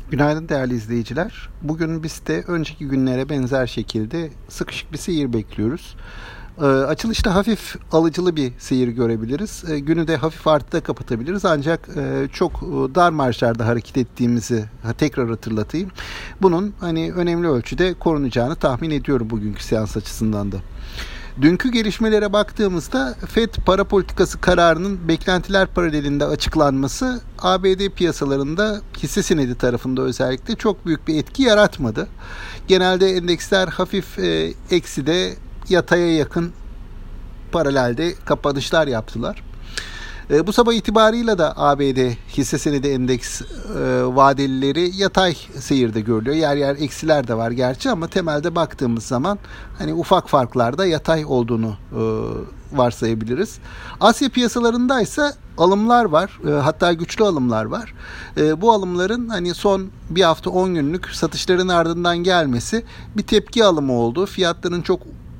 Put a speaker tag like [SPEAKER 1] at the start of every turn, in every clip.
[SPEAKER 1] Günaydın değerli izleyiciler. Bugün biz de önceki günlere benzer şekilde sıkışık bir seyir bekliyoruz. Açılışta hafif alıcılı bir seyir görebiliriz. Günü de hafif artıda kapatabiliriz. Ancak çok dar marjlarda hareket ettiğimizi tekrar hatırlatayım. Bunun önemli ölçüde korunacağını tahmin ediyorum bugünkü seans açısından da. Dünkü gelişmelere baktığımızda FED para politikası kararının beklentiler paralelinde açıklanması ABD piyasalarında hisse senedi tarafında özellikle çok büyük bir etki yaratmadı. Genelde endeksler hafif ekside, yataya yakın paralelde kapanışlar yaptılar. Bu sabah itibarıyla da ABD hisse senedi endeks vadelileri yatay seyirde görülüyor. Yer yer eksiler de var gerçi ama temelde baktığımız zaman ufak farklarda yatay olduğunu varsayabiliriz. Asya piyasalarında ise alımlar var. Hatta güçlü alımlar var. Bu alımların son bir hafta 10 günlük satışların ardından gelmesi bir tepki alımı oldu. Fiyatların çok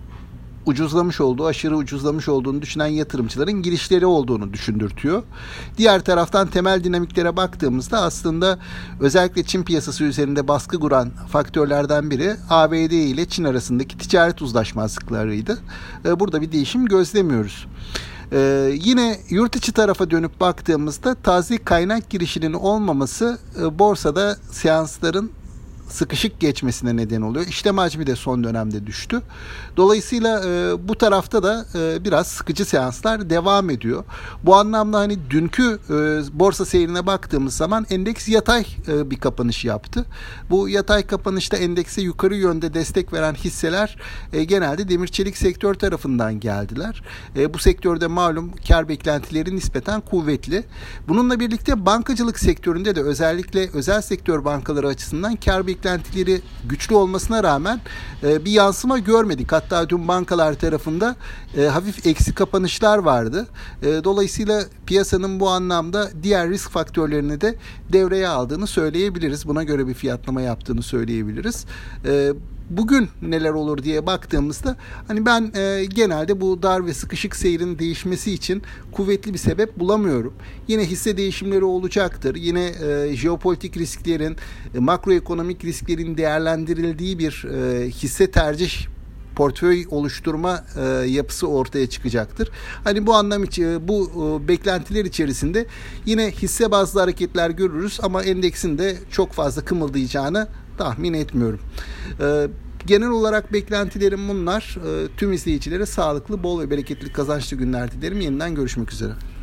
[SPEAKER 1] aşırı ucuzlamış olduğunu düşünen yatırımcıların girişleri olduğunu düşündürtüyor. Diğer taraftan temel dinamiklere baktığımızda aslında özellikle Çin piyasası üzerinde baskı kuran faktörlerden biri ABD ile Çin arasındaki ticaret uzlaşmazlıklarıydı. Burada bir değişim gözlemiyoruz. Yine yurt içi tarafa dönüp baktığımızda taze kaynak girişinin olmaması borsada seansların sıkışık geçmesine neden oluyor. İşlem hacmi de son dönemde düştü. Dolayısıyla bu tarafta da biraz sıkıcı seanslar devam ediyor. Bu anlamda dünkü borsa seyrine baktığımız zaman endeks yatay bir kapanış yaptı. Bu yatay kapanışta endekse yukarı yönde destek veren hisseler genelde demir çelik sektör tarafından geldiler. Bu sektörde malum kar beklentileri nispeten kuvvetli. Bununla birlikte bankacılık sektöründe de özellikle özel sektör bankaları açısından kar beklentileri güçlü olmasına rağmen bir yansıma görmedik. Hatta dün bankalar tarafında hafif eksi kapanışlar vardı. Dolayısıyla piyasanın bu anlamda diğer risk faktörlerini de devreye aldığını söyleyebiliriz. Buna göre bir fiyatlama yaptığını söyleyebiliriz. Bugün neler olur diye baktığımızda ben genelde bu dar ve sıkışık seyrin değişmesi için kuvvetli bir sebep bulamıyorum. Yine hisse değişimleri olacaktır. Yine jeopolitik risklerin, makroekonomik risklerin değerlendirildiği bir hisse tercih portföy oluşturma yapısı ortaya çıkacaktır. Bu anlam için bu beklentiler içerisinde yine hisse bazlı hareketler görürüz ama endeksin de çok fazla kımıldayacağını tahmin etmiyorum. Genel olarak beklentilerim bunlar. Tüm izleyicilere sağlıklı, bol ve bereketli kazançlı günler dilerim. Yeniden görüşmek üzere.